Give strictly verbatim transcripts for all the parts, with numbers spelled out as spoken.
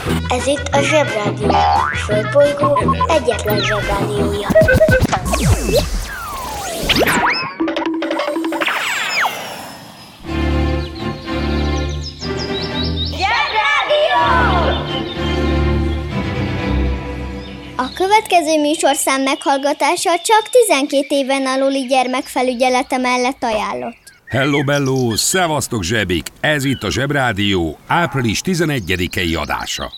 Ez itt a Zsebrádió, a Földbolygó egyetlen Zsebrádiója. Zsebrádió! A következő műsorszám meghallgatása csak tizenkét éven aluli gyermekfelügyelete mellett ajánlott. Hello, bello, szevasztok zsebik! Ez itt a Zsebrádió április tizenegyedikei adása.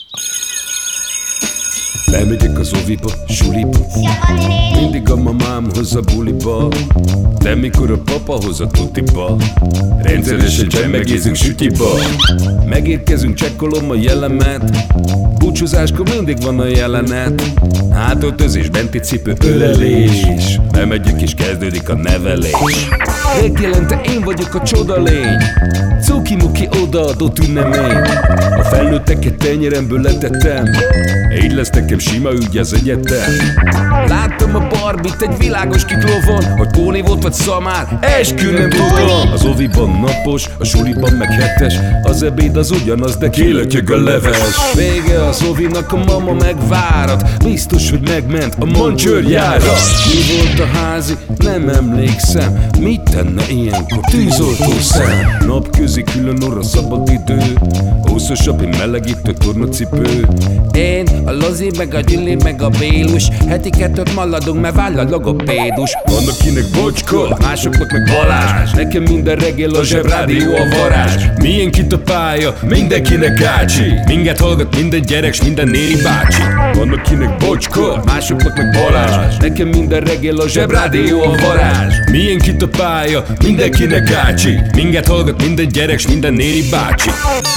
Lemegyek az oviba, suliba, mindig a mamám hoz a buliba, de mikor a papa hoz a tutiba, rendszeresen csemmegézünk sütiba. Megérkezünk, csekkolom a jellemet, búcsúzáskor mindig van a jelenet, hátöltözés, benti cipő, ölelés, bemegyünk és kezdődik a nevelés. Reggelente én vagyok a csoda lény, cuki-muki odaadott ünnemény, a felnőtteket tenyeremből letettem, így lesz nekem sima ügy az egyetem. Láttam a Barbit egy világos kiklovon, hogy Póni volt vagy szamár, eskü nem tudom. Az oviban napos, a suliban meg hetes, az ebéd az ugyanaz, de kilötyög a leves. Vége az ovinak, a mama megvárat, biztos, hogy megment a mancsőrjára. Mi volt a házi? Nem emlékszem, mit tenne ilyenkor tűzoltó szem? Napközi külön orra szabad idő, húszosabb, én melegítő tornacipő. Én, a Lozi, meg a Gyüli, meg a Bélus, heti kettőt maladunk, mert váll a logopédus. Van akinek Bocska, másoknak meg Balázs, nekem minden reggel a Zsebrádió a varázs. Milyen itt a pálya, mindenkinek ácsi, minket hallgat minden gyerek, s minden néri bácsi. Van akinek Bocska, másoknak meg Balázs, nekem minden reggel a Zsebrádió a varázs. Milyen itt a pálya, mindenkinek ácsi, minket hallgat minden gyerek, s minden néri bácsi.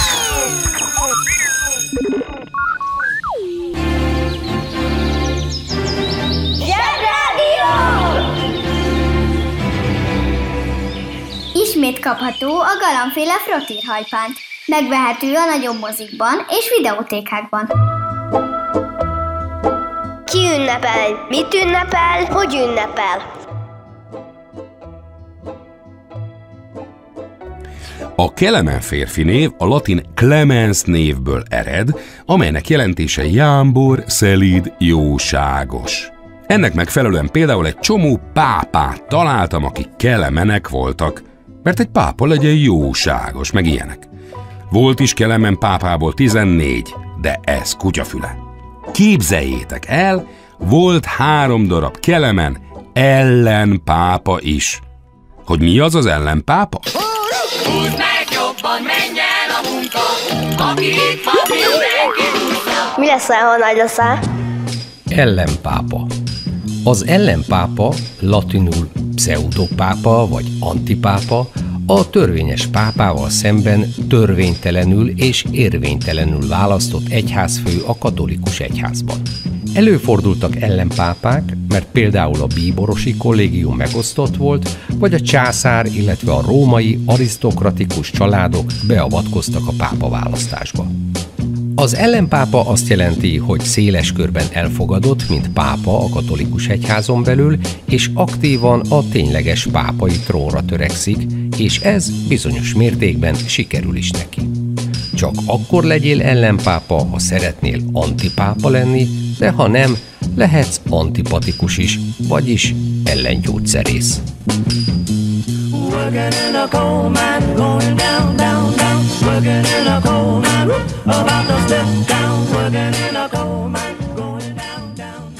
Ismét kapható a Galambféle Frottírhajpánt. Megvehető a nagyobb mozikban és videótékákban. Ki ünnepel? Mit ünnepel? Hogy ünnepel? A Kelemen férfi név a latin clemens névből ered, amelynek jelentése jámbor, szelíd, jóságos. Ennek megfelelően például egy csomó pápát találtam, akik kelemenek voltak, mert egy pápa legyen jóságos, meg ilyenek. Volt is Kelemen pápából tizennégy, de ez kutyafüle. Képzeljétek el, volt három darab Kelemen ellenpápa is. Hogy mi az az ellenpápa? Húzd meg jobban, menj el a munka, akik ma mindenki húzza. Mi leszel, ha nagy leszel? Ellenpápa. Az ellenpápa, latinul pseudopápa vagy antipápa, a törvényes pápával szemben törvénytelenül és érvénytelenül választott egyházfő a katolikus egyházban. Előfordultak ellenpápák, mert például a bíborosi kollégium megosztott volt, vagy a császár, illetve a római arisztokratikus családok beavatkoztak a pápaválasztásba. Az ellenpápa azt jelenti, hogy széles körben elfogadott, mint pápa a katolikus egyházon belül, és aktívan a tényleges pápai trónra törekszik, és ez bizonyos mértékben sikerül is neki. Csak akkor legyél ellenpápa, ha szeretnél antipápa lenni, de ha nem, lehetsz antipatikus is, vagyis ellengyógyszerész. Working in a coal mine, going down, down, down. Working in a coal mine, about to step down. Working in a coal mine, going down, down,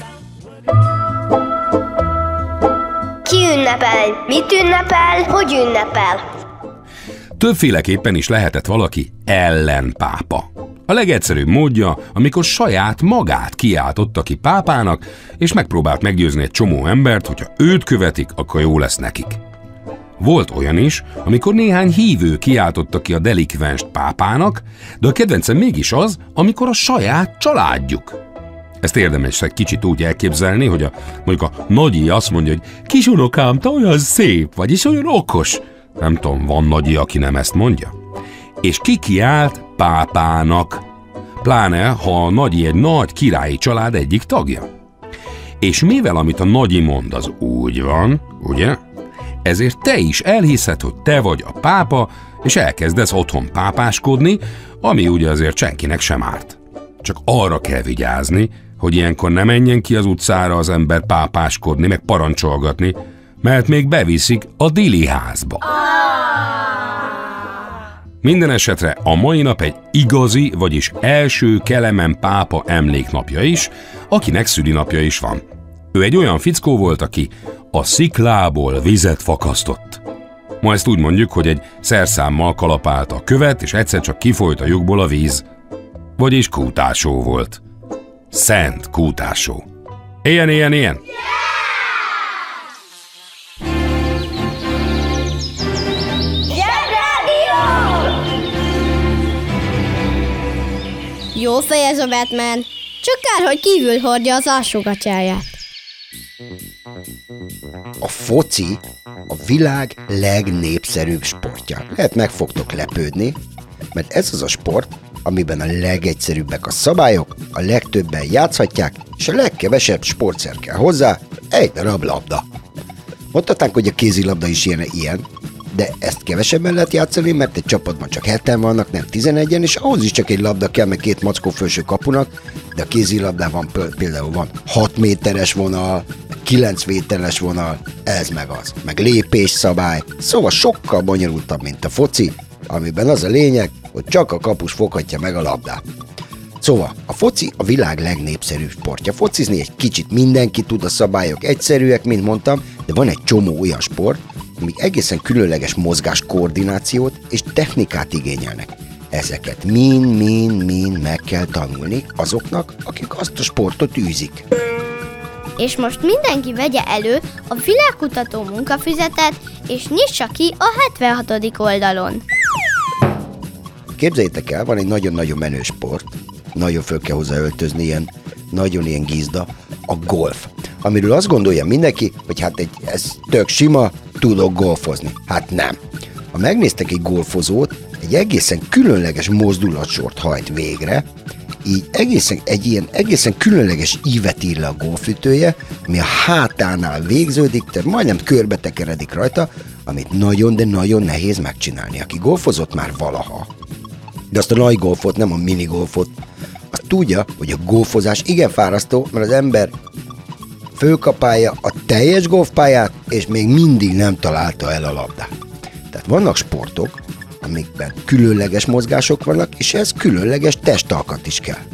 down. Ki ünnepel? Mit ünnepel? Hogy ünnepel? Többféleképpen is lehetett valaki ellenpápa. A legegyszerűbb módja, amikor saját magát kiáltotta ki pápának, és megpróbált meggyőzni egy csomó embert, hogyha őt követik, akkor jó lesz nekik. Volt olyan is, amikor néhány hívő kiáltotta ki a delikvenst pápának, de a kedvencem mégis az, amikor a saját családjuk. Ezt érdemes egy kicsit úgy elképzelni, hogy a, mondjuk a nagyi azt mondja, hogy kisunokám, te olyan szép, vagyis olyan okos. Nem tudom, van nagyi, aki nem ezt mondja. És ki kiált pápának, pláne ha a nagyi egy nagy királyi család egyik tagja. És mivel amit a nagyi mond, az úgy van, ugye? Ezért te is elhiszed, hogy te vagy a pápa, és elkezdesz otthon pápáskodni, ami ugye azért senkinek sem árt. Csak arra kell vigyázni, hogy ilyenkor ne menjen ki az utcára az ember pápáskodni, meg parancsolgatni, mert még beviszik a Dili házba. Minden esetre a mai nap egy igazi, vagyis első Kelemen pápa emléknapja is, akinek szülinapja is van. Ő egy olyan fickó volt, aki a sziklából vizet fakasztott. Ma ezt úgy mondjuk, hogy egy szerszámmal kalapálta a követ, és egyszer csak kifolyt a lyukból a víz. Vagyis kútásó volt. Szent kútásó. Ilyen, ilyen, ilyen. Jó fej ez a Batman, csak kár, hogy kívül hordja az alsógatyáját. A foci a világ legnépszerűbb sportja. Lehet meg fogtok lepődni, mert ez az a sport, amiben a legegyszerűbbek a szabályok, a legtöbben játszhatják, és a legkevesebb sportszer kell hozzá, egy darab labda. Mondhatnánk, hogy a kézilabda is ilyen, ilyen, de ezt kevesebben lehet játszani, mert egy csapatban csak heten vannak, nem tizenegyen, és ahhoz is csak egy labda kell, meg két mackó felső kapunak, de a kézilabdában például van hat méteres vonal, kilenc méteres vonal, ez meg az, meg lépésszabály, szóval sokkal bonyolultabb, mint a foci, amiben az a lényeg, hogy csak a kapus foghatja meg a labdát. Szóval a foci a világ legnépszerűbb sportja. Focizni egy kicsit mindenki tud, a szabályok egyszerűek, mint mondtam, de van egy csomó olyan sport, amik egészen különleges mozgáskoordinációt és technikát igényelnek. Ezeket mind-mind-mind meg kell tanulni azoknak, akik azt a sportot űzik. És most mindenki vegye elő a világkutató munkafüzetet, és nyissa ki a hetvenhatodik oldalon. Képzeljétek el, van egy nagyon-nagyon menő sport, nagyon föl kell hozzá öltözni, ilyen, nagyon ilyen gizda, a golf. Amiről azt gondolja mindenki, hogy hát egy, ez tök sima, tudok golfozni. Hát nem. Ha megnéztek egy golfozót, egy egészen különleges mozdulatsort hajt végre, így egészen, egy ilyen egészen különleges ívet ír le a golfütője, ami a hátánál végződik, tehát majdnem körbe tekeredik rajta, amit nagyon, de nagyon nehéz megcsinálni. Aki golfozott már valaha, de azt a nagy golfot, nem a mini golfot, azt tudja, hogy a golfozás igen fárasztó, mert az ember fölkapálja a teljes golfpályát, és még mindig nem találta el a labdát. Tehát vannak sportok, amikben különleges mozgások vannak, és ez különleges testalkat is kell.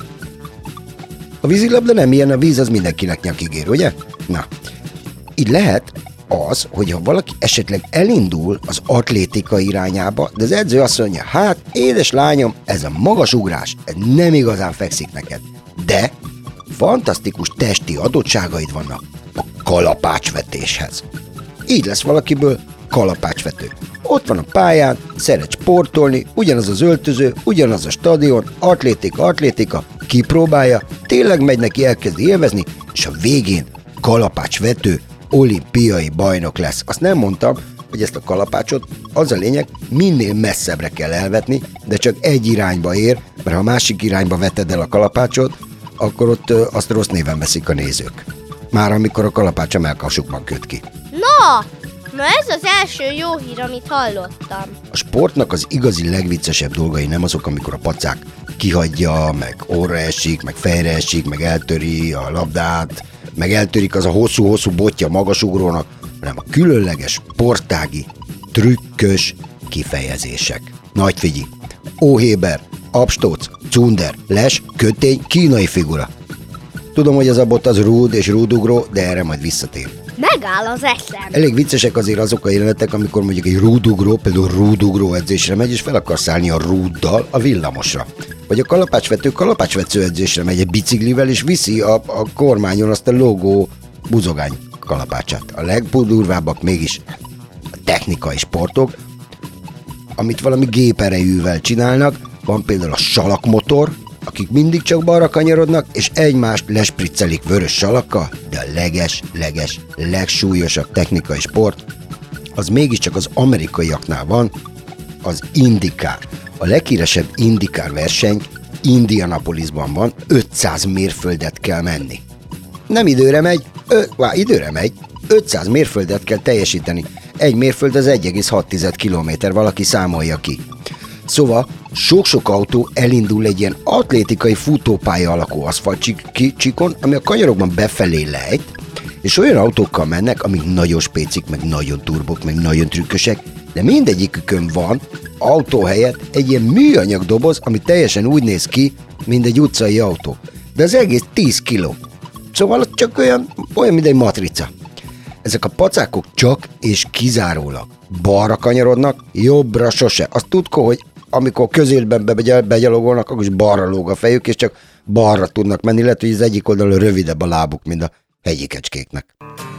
A vízilabda nem ilyen, a víz az mindenkinek nyakigér, ugye? Na, így lehet az, hogy ha valaki esetleg elindul az atlétika irányába, de az edző azt mondja, hát édes lányom, ez a magas ugrás, ez nem igazán fekszik neked, de fantasztikus testi adottságaid vannak a kalapácsvetéshez. Így lesz valakiből kalapácsvető. Ott van a pályán, szeret sportolni, ugyanaz az öltöző, ugyanaz a stadion, atlétika, atlétika, kipróbálja, tényleg megy neki, elkezdi élvezni, és a végén kalapácsvető, olimpiai bajnok lesz. Azt nem mondtam, hogy ezt a kalapácsot, az a lényeg, minél messzebbre kell elvetni, de csak egy irányba ér, mert ha másik irányba veted el a kalapácsot, akkor ott ö, azt rossz néven veszik a nézők. Már amikor a kalapács a mellkasukban köt ki. Na, na ez az első jó hír, amit hallottam. A sportnak az igazi legviccesebb dolgai nem azok, amikor a pacák kihagyja, meg orra esik, meg fejre esik, meg eltöri a labdát, meg eltörik az a hosszú-hosszú botja magasugrónak, hanem a különleges, sportági, trükkös kifejezések. Nagy figyi, óhéber, abstóc, cunder, les, kötény, kínai figura. Tudom, hogy az a bot az rúd és rúdugró, de erre majd visszatér. Megáll az eszem. Elég viccesek azért azok a jelenetek, amikor mondjuk egy rúdugró, például rúdugró edzésre megy, és fel akar szállni a rúddal a villamosra. Vagy a kalapácsvető kalapácsvető edzésre megy egy biciklivel, és viszi a, a kormányon azt a logó buzogány kalapácsát. A legdurvábbak mégis a technikai sportok, amit valami géperejűvel csinálnak. Van például a salakmotor, akik mindig csak balra kanyarodnak, és egymást lespriccelik vörös salakkal, de a leges, leges, legsúlyosabb technikai sport, az mégiscsak az amerikaiaknál van, az IndyCar. A leghíresebb IndyCar verseny Indianapolisban van, ötszáz mérföldet kell menni. Nem időre megy, ö, vá, időre megy, ötszáz mérföldet kell teljesíteni. Egy mérföld az egy egész hat kilométer, valaki számolja ki. Szóval sok-sok autó elindul egy ilyen atlétikai futópálya alakú aszfaltcsíkon, ami a kanyarokban befelé lejt, és olyan autókkal mennek, amik nagyon spécik, meg nagyon turbok, meg nagyon trükkösek, de mindegyikükön van autó helyett egy ilyen műanyag doboz, ami teljesen úgy néz ki, mint egy utcai autó. De az egész tíz kiló. Szóval csak olyan, olyan, mint egy matrica. Ezek a pacákok csak és kizárólag balra kanyarodnak, jobbra sose. Azt tudko, hogy amikor közélben begyalogolnak, akkor is balra lóg a fejük, és csak balra tudnak menni, illetve hogy az egyik oldalon rövidebb a lábuk, mint a hegyi kecskéknek.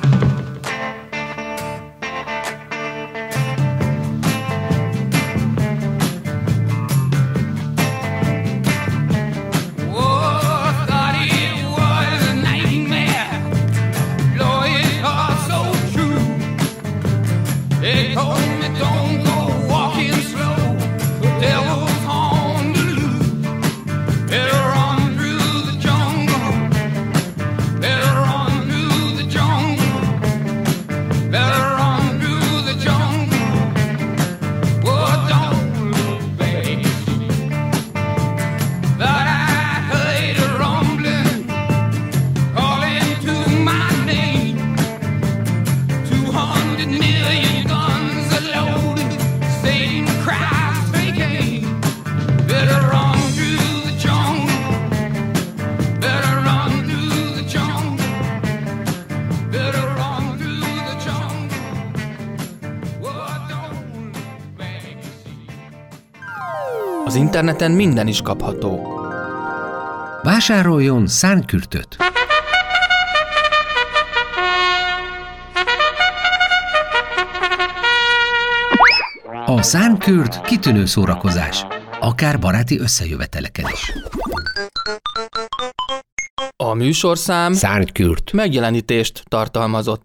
Az interneten minden is kapható. Vásároljon szárnykürtöt! A szárnykürt kitűnő szórakozás, akár baráti összejöveteleken is. A műsorszám szárnykürt megjelenítést tartalmazott.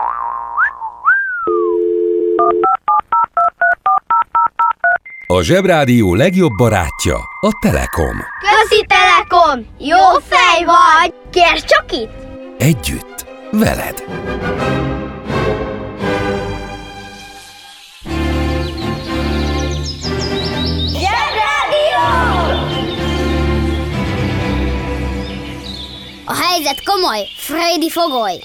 A Zsebrádió legjobb barátja a Telekom. Köszi Telekom! Jó fej vagy! Kérd csak itt! Együtt, veled! Zsebrádió! A helyzet komoly, Freddy fogoly!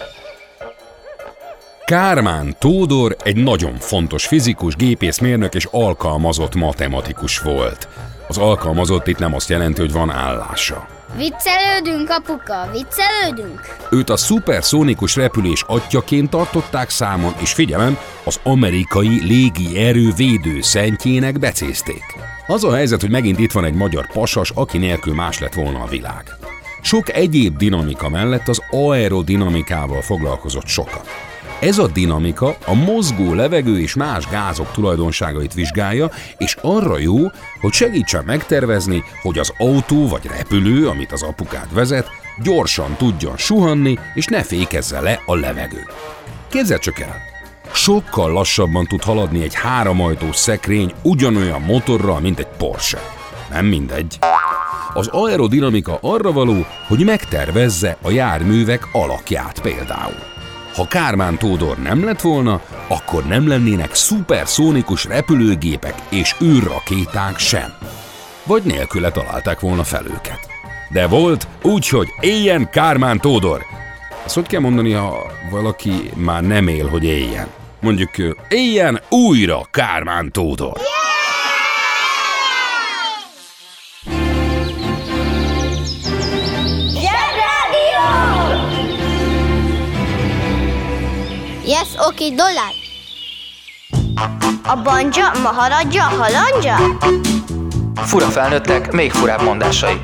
Kármán Tódor egy nagyon fontos fizikus, gépészmérnök és alkalmazott matematikus volt. Az alkalmazott itt nem azt jelenti, hogy van állása. Viccelődünk, apuka, viccelődünk? Őt a szuperszónikus repülés atyjaként tartották számon, és figyelem, az amerikai légierő védőszentjének becézték. Az a helyzet, hogy megint itt van egy magyar pasas, aki nélkül más lett volna a világ. Sok egyéb dinamika mellett az aerodinamikával foglalkozott sokat. Ez a dinamika a mozgó levegő és más gázok tulajdonságait vizsgálja, és arra jó, hogy segítsen megtervezni, hogy az autó vagy repülő, amit az apukád vezet, gyorsan tudjon suhanni, és ne fékezze le a levegő. Képzeld csak el, sokkal lassabban tud haladni egy háromajtós szekrény ugyanolyan motorral, mint egy Porsche. Nem mindegy. Az aerodinamika arra való, hogy megtervezze a járművek alakját például. Ha Kármán Tódor nem lett volna, akkor nem lennének szuperszónikus repülőgépek és űrrakéták sem. Vagy nélküle találták volna fel őket. De volt, úgyhogy éljen Kármán Tódor! Ezt hogy kell mondani, ha valaki már nem él, hogy éljen? Mondjuk éljen újra Kármán Tódor! Yes, oké, okay, dollár. A banja, maharadja, halandja? Fura felnőttek, még furább mondásai.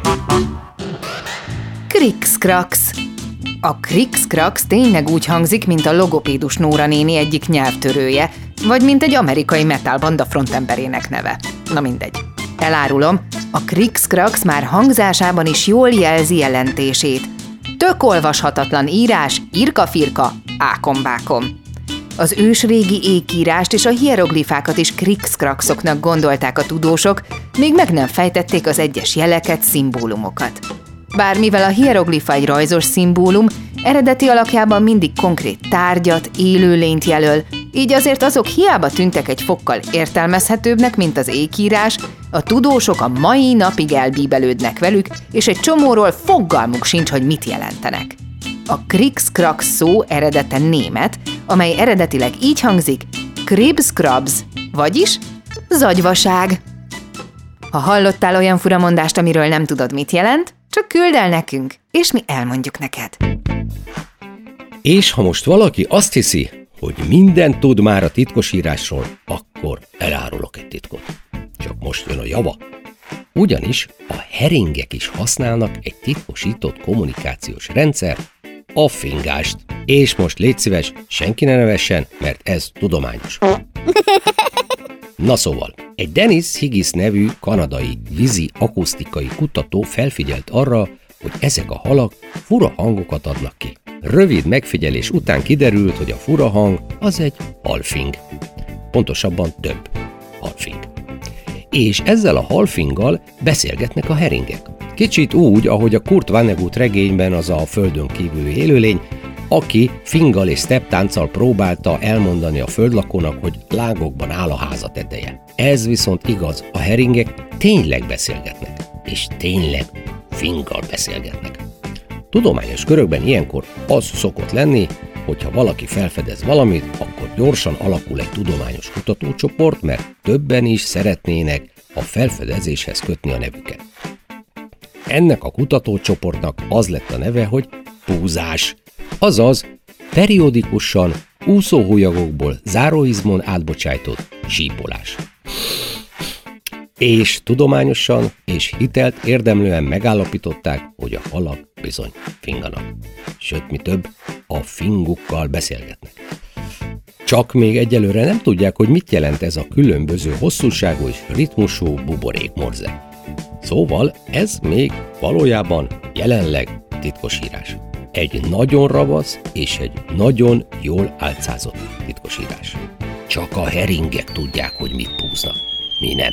Krix-krax. A Krix-krax tényleg úgy hangzik, mint a logopédus Nóra néni egyik nyelvtörője, vagy mint egy amerikai metalbanda frontemberének neve. Na mindegy. Elárulom, a Krix-krax már hangzásában is jól jelzi jelentését. Tök olvashatatlan írás, irka-firka, ákombákom. Az ősrégi ékírást és a hieroglifákat is krix-kraxoknak gondolták a tudósok, még meg nem fejtették az egyes jeleket, szimbólumokat. Bár mivel a hieroglifa egy rajzos szimbólum, eredeti alakjában mindig konkrét tárgyat, élőlényt jelöl, így azért azok hiába tűntek egy fokkal értelmezhetőbbnek, mint az ékírás, a tudósok a mai napig elbíbelődnek velük, és egy csomóról fogalmuk sincs, hogy mit jelentenek. A Krix-Krax szó eredete német, amely eredetileg így hangzik Kribs-Krabs, vagyis zagyvaság. Ha hallottál olyan furamondást, amiről nem tudod, mit jelent, csak küld el nekünk, és mi elmondjuk neked. És ha most valaki azt hiszi, hogy mindent tud már a titkosírásról, akkor elárulok egy titkot. Csak most jön a java. Ugyanis a heringek is használnak egy titkosított kommunikációs rendszer, a fingást. És most légy szíves, senki ne nevessen, mert ez tudományos. Na szóval, egy Dennis Higgins nevű kanadai vízi akusztikai kutató felfigyelt arra, hogy ezek a halak fura hangokat adnak ki. Rövid megfigyelés után kiderült, hogy a fura hang az egy halfing. Pontosabban több halfing. És ezzel a halfinggal beszélgetnek a heringek. Kicsit úgy, ahogy a Kurt Vonnegut regényben az a földön kívüli élőlény, aki finggal és stepptánccal próbálta elmondani a földlakónak, hogy lángokban áll a háza teteje. Ez viszont igaz, a heringek tényleg beszélgetnek, és tényleg finggal beszélgetnek. Tudományos körökben ilyenkor az szokott lenni, hogyha valaki felfedez valamit, akkor gyorsan alakul egy tudományos kutatócsoport, mert többen is szeretnének a felfedezéshez kötni a nevüket. Ennek a kutatócsoportnak az lett a neve, hogy púzás, azaz periódikusan úszóhólyagokból záróizmon átbocsájtott sípolás. És tudományosan és hitelt érdemlően megállapították, hogy a halak bizony finganak. Sőt, mi több, a fingukkal beszélgetnek. Csak még egyelőre nem tudják, hogy mit jelent ez a különböző hosszúságú és ritmusú buborékmorze. Szóval ez még valójában jelenleg titkosírás. Egy nagyon ravasz és egy nagyon jól álcázott titkosírás. Csak a heringek tudják, hogy mit púznak. Mi nem.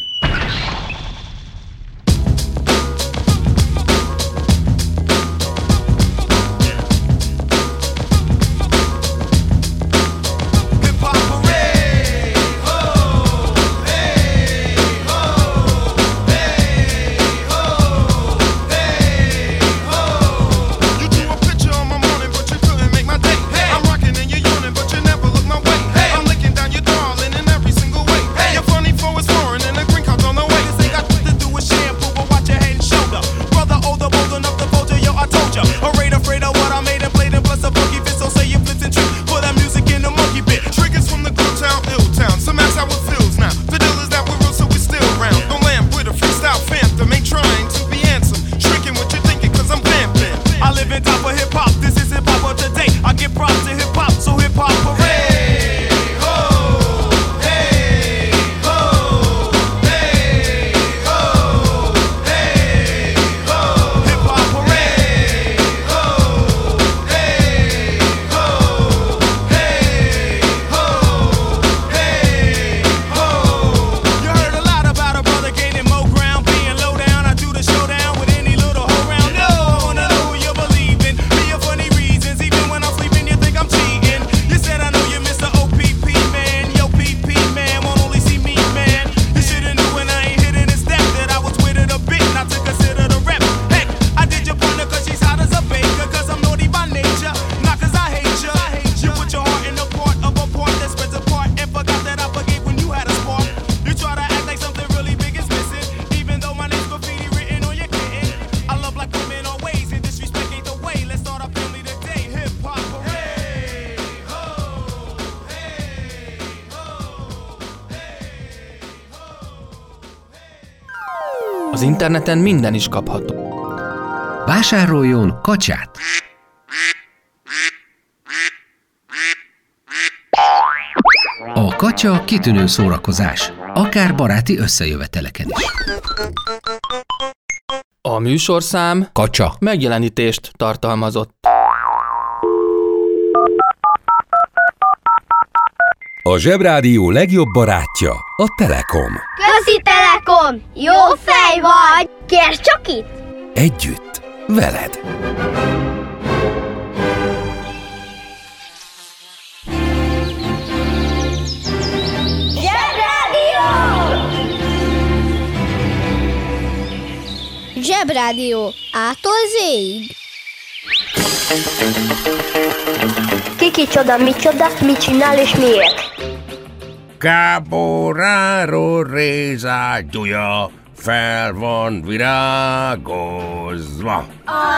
Az interneten minden is kapható. Vásároljon kacsát! A kacsa kitűnő szórakozás, akár baráti összejöveteleken is. A műsorszám kacsa megjelenítést tartalmazott. A Zsebrádió legjobb barátja a Telekom. Közi Telekom! Jó fej vagy! Kérd csak itt! Együtt, veled! Zsebrádió A-tól Z-ig. Kiki csoda, micsoda, mit csinál és miért? Káboráró rézágyúja fel van virágozva.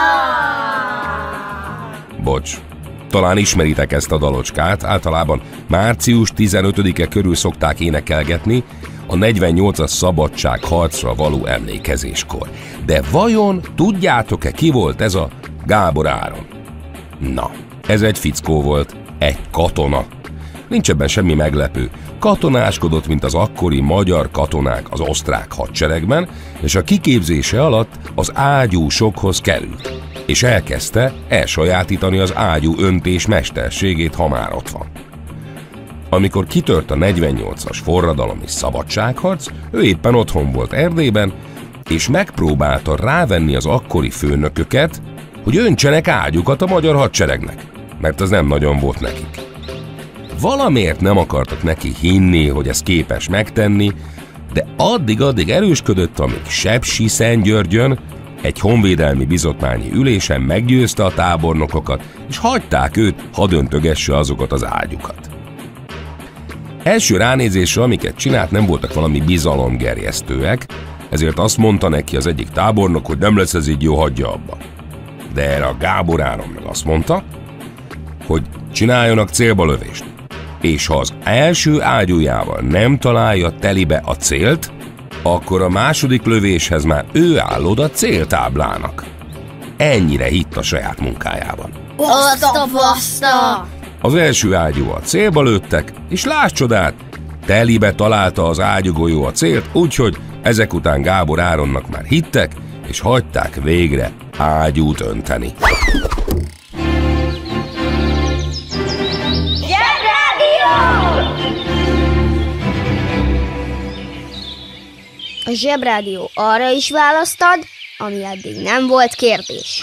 Bocs, talán ismeritek ezt a dalocskát, általában március tizenötödike körül szokták énekelgetni a negyvennyolcas szabadságharcra való emlékezéskor. De vajon tudjátok-e, ki volt ez a Gábor Áron? Na, ez egy fickó volt, egy katona. Nincs ebben semmi meglepő. Katonáskodott, mint az akkori magyar katonák az osztrák hadseregben, és a kiképzése alatt az ágyúsokhoz került, és elkezdte elsajátítani az ágyú öntés mesterségét, ha már ott van. Amikor kitört a negyvennyolcas forradalom és szabadságharc, ő éppen otthon volt Erdélyben, és megpróbálta rávenni az akkori főnököket, hogy öntsenek ágyukat a magyar hadseregnek, mert az nem nagyon volt nekik. Valamiért nem akartak neki hinni, hogy ezt képes megtenni, de addig-addig erősködött, amíg Sepsiszentgyörgyön egy honvédelmi bizottmányi ülésen meggyőzte a tábornokokat, és hagyták őt, hadd öntögesse azokat az ágyukat. Első ránézésre, amiket csinált, nem voltak valami bizalomgerjesztőek, ezért azt mondta neki az egyik tábornok, hogy nem lesz ez így jó, hagyja abba. De erre a Gábor Áron meg azt mondta, hogy csináljanak célba lövést, és ha az első ágyújával nem találja telibe a célt, akkor a második lövéshez már ő áll oda céltáblának. Ennyire hitt a saját munkájában. Azt a baszta! Az első ágyúval célba lőttek, és lásd csodát, telibe találta az ágyúgolyó a célt, úgyhogy ezek után Gábor Áronnak már hittek, és hagyták végre ágyút önteni. A Zsebrádió arra is választad, ami eddig nem volt kérdés.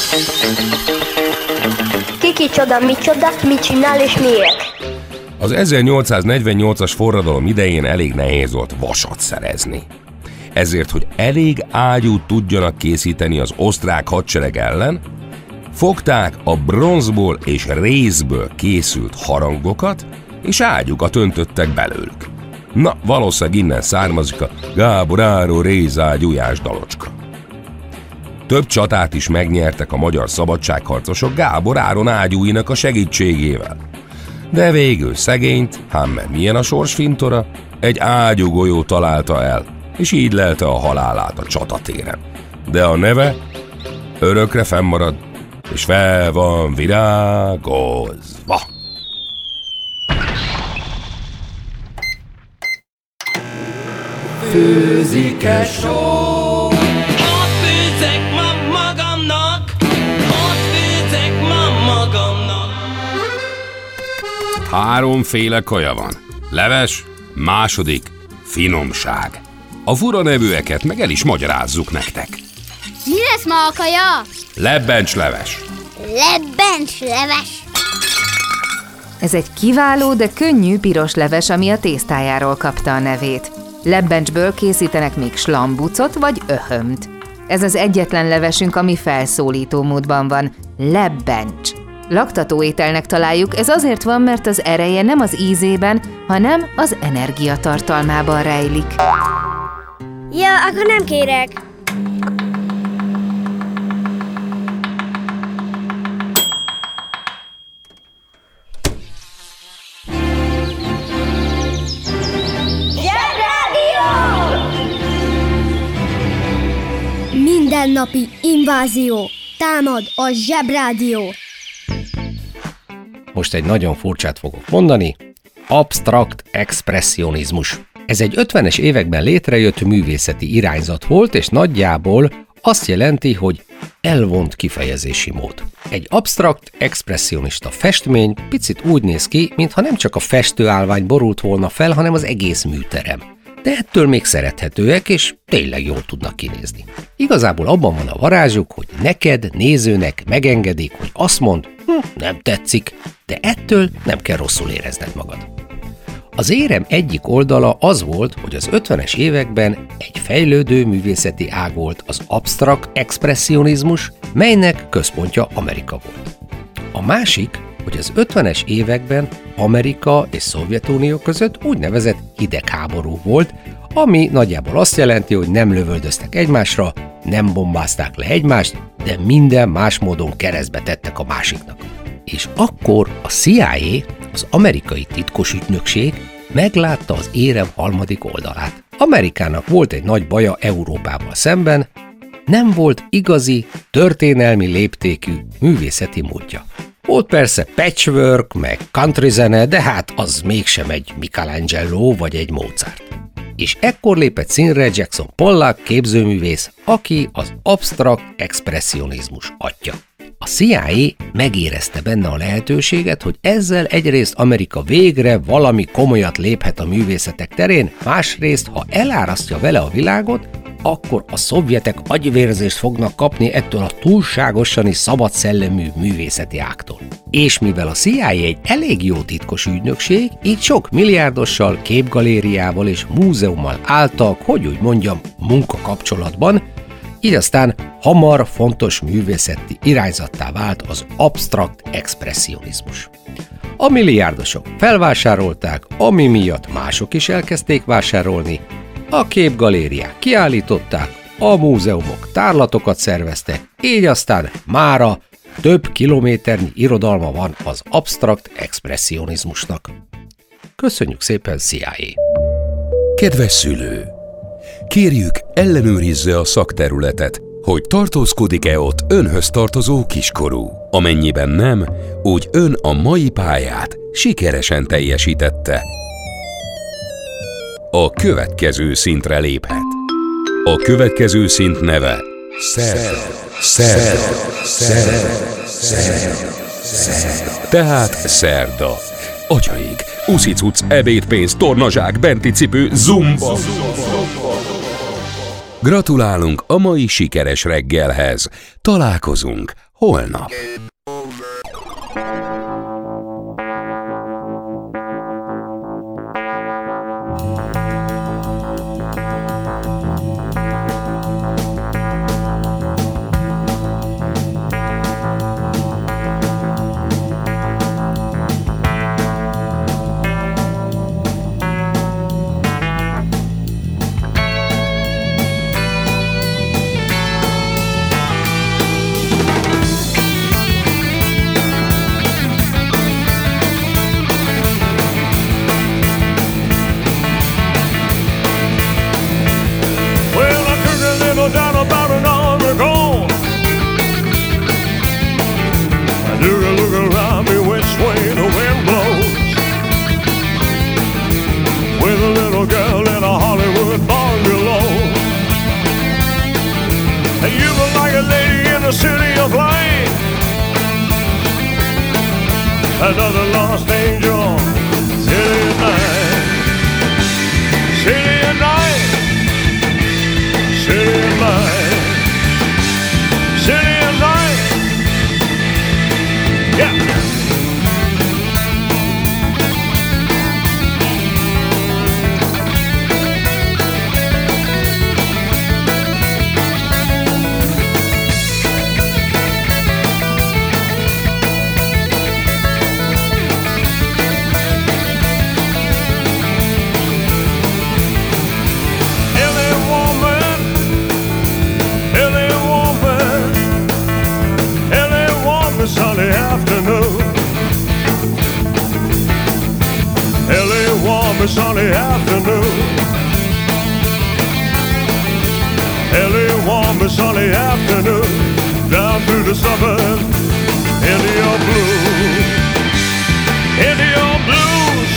Kiki csoda, micsoda, mit csinál és miért? Az ezernyolcszáznegyvennyolcas forradalom idején elég nehéz volt vasat szerezni. Ezért, hogy elég ágyút tudjanak készíteni az osztrák hadsereg ellen, fogták a bronzból és rézből készült harangokat, és ágyukat öntöttek belőlük. Na, valószínűleg innen származik a Gábor Áron rézágyújás dalocska. Több csatát is megnyertek a magyar szabadságharcosok Gábor Áron ágyúinak a segítségével. De végül szegényt, hám mert milyen a sorsfintora, egy ágyúgolyó találta el, és így lelte a halálát a csatatéren. De a neve örökre fennmarad, és fel van virágozva. Főzik-e só? Ott főzek ma magamnak, ott főzek ma magamnak. Háromféle kaja van. Leves, második, finomság. A fura nevűeket meg el is magyarázzuk nektek. Mi lesz ma a kaja? Lebbencsleves. Lebbencsleves. Ez egy kiváló, de könnyű piros leves, ami a tésztájáról kapta a nevét. Lebbencsből készítenek még slambucot vagy öhömt. Ez az egyetlen levesünk, ami felszólító módban van. Lebbencs. Laktató ételnek találjuk, ez azért van, mert az ereje nem az ízében, hanem az energiatartalmában rejlik. Ja, akkor nem kérek. Mindennapi invázió. Támad a Zsebrádió. Most egy nagyon furcsát fogok mondani. Absztrakt expresszionizmus. Ez egy ötvenes években létrejött művészeti irányzat volt, és nagyjából azt jelenti, hogy elvont kifejezési mód. Egy absztrakt expresszionista festmény picit úgy néz ki, mintha nem csak a festőállvány borult volna fel, hanem az egész műterem. De ettől még szerethetőek, és tényleg jól tudnak kinézni. Igazából abban van a varázsuk, hogy neked, nézőnek megengedik, hogy azt mondd, hm, nem tetszik, de ettől nem kell rosszul érezned magad. Az érem egyik oldala az volt, hogy az ötvenes években egy fejlődő művészeti ág volt az absztrakt expresszionizmus, melynek központja Amerika volt. A másik, hogy az ötvenes években Amerika és Szovjetunió között úgynevezett hidegháború volt, ami nagyjából azt jelenti, hogy nem lövöldöztek egymásra, nem bombázták le egymást, de minden más módon keresztbe tettek a másiknak. És akkor a C I A, az amerikai titkos ügynökség meglátta az érem harmadik oldalát. Amerikának volt egy nagy baja Európával szemben, nem volt igazi, történelmi léptékű művészeti múltja. Volt persze patchwork, meg country zene, de hát az mégsem egy Michelangelo vagy egy Mozart. És ekkor lépett színre Jackson Pollock képzőművész, aki az absztrakt expresszionizmus atya. A C I A megérezte benne a lehetőséget, hogy ezzel egyrészt Amerika végre valami komolyat léphet a művészetek terén, másrészt, ha elárasztja vele a világot, akkor a szovjetek agyvérzést fognak kapni ettől a túlságosan is szabad szellemű művészeti ágtól. És mivel a C I A egy elég jó titkos ügynökség, így sok milliárdossal, képgalériával és múzeummal álltak, hogy úgy mondjam, munkakapcsolatban, így aztán hamar fontos művészeti irányzattá vált az absztrakt expresszionizmus. A milliárdosok felvásárolták, ami miatt mások is elkezdték vásárolni, a képgalériák kiállították, a múzeumok tárlatokat szerveztek, így aztán mára több kilométernyi irodalma van az absztrakt expresszionizmusnak. Köszönjük szépen, C I A! Kedves szülő! Kérjük, ellenőrizze a szakterületet, hogy tartózkodik-e ott önhöz tartozó kiskorú. Amennyiben nem, úgy ön a mai pályát sikeresen teljesítette. A következő szintre léphet. A következő szint neve Szerda. Szerda. Szerda. Szerda. Szerda. Tehát szerda. Atyaik, uszicuc, ebédpénz, tornazsák, benti cipő, zumba. Gratulálunk a mai sikeres reggelhez. Találkozunk holnap. Another lost angel, silly at night, silly at night, silly at night, silly at night, yeah. Sunday afternoon, L A warm Sunday afternoon, L A warm Sunday afternoon, down through the suburbs, into your blue, into your blue